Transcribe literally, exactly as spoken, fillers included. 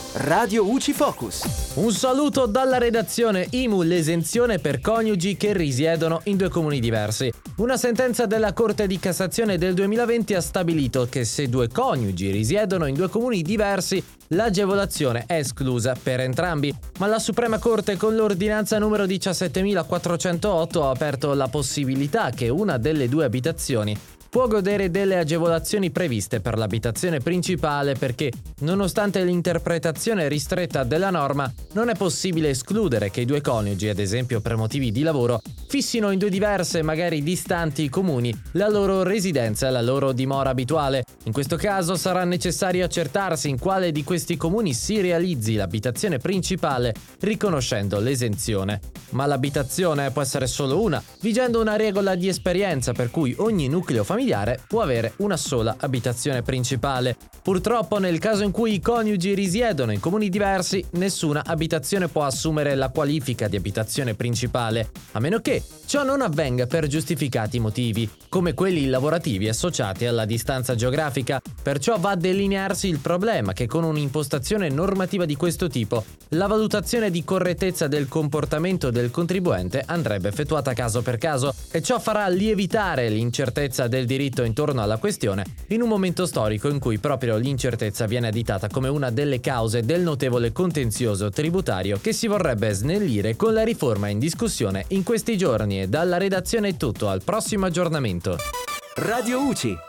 Radio U C I Focus. Un saluto dalla redazione. I M U, l'esenzione per coniugi che risiedono in due comuni diversi. Una sentenza della Corte di Cassazione del duemilaventi ha stabilito che se due coniugi risiedono in due comuni diversi, l'agevolazione è esclusa per entrambi. Ma la Suprema Corte con l'ordinanza numero diciassettemilaquattrocentootto ha aperto la possibilità che una delle due abitazioni può godere delle agevolazioni previste per l'abitazione principale perché, nonostante l'interpretazione ristretta della norma, non è possibile escludere che i due coniugi, ad esempio per motivi di lavoro, fissino in due diverse, magari distanti comuni, la loro residenza e la loro dimora abituale. In questo caso sarà necessario accertarsi in quale di questi comuni si realizzi l'abitazione principale, riconoscendo l'esenzione. Ma l'abitazione può essere solo una, vigendo una regola di esperienza per cui ogni nucleo familiare può avere una sola abitazione principale. Purtroppo, nel caso in cui i coniugi risiedono in comuni diversi, nessuna abitazione può assumere la qualifica di abitazione principale, a meno che ciò non avvenga per giustificati motivi, come quelli lavorativi associati alla distanza geografica. Perciò va a delinearsi il problema che con un'impostazione normativa di questo tipo, la valutazione di correttezza del comportamento del contribuente andrebbe effettuata caso per caso, e ciò farà lievitare l'incertezza del diritto intorno alla questione in un momento storico in cui proprio l'incertezza viene additata come una delle cause del notevole contenzioso tributario che si vorrebbe snellire con la riforma in discussione in questi giorni. E dalla redazione è tutto, al prossimo aggiornamento. Radio U C I.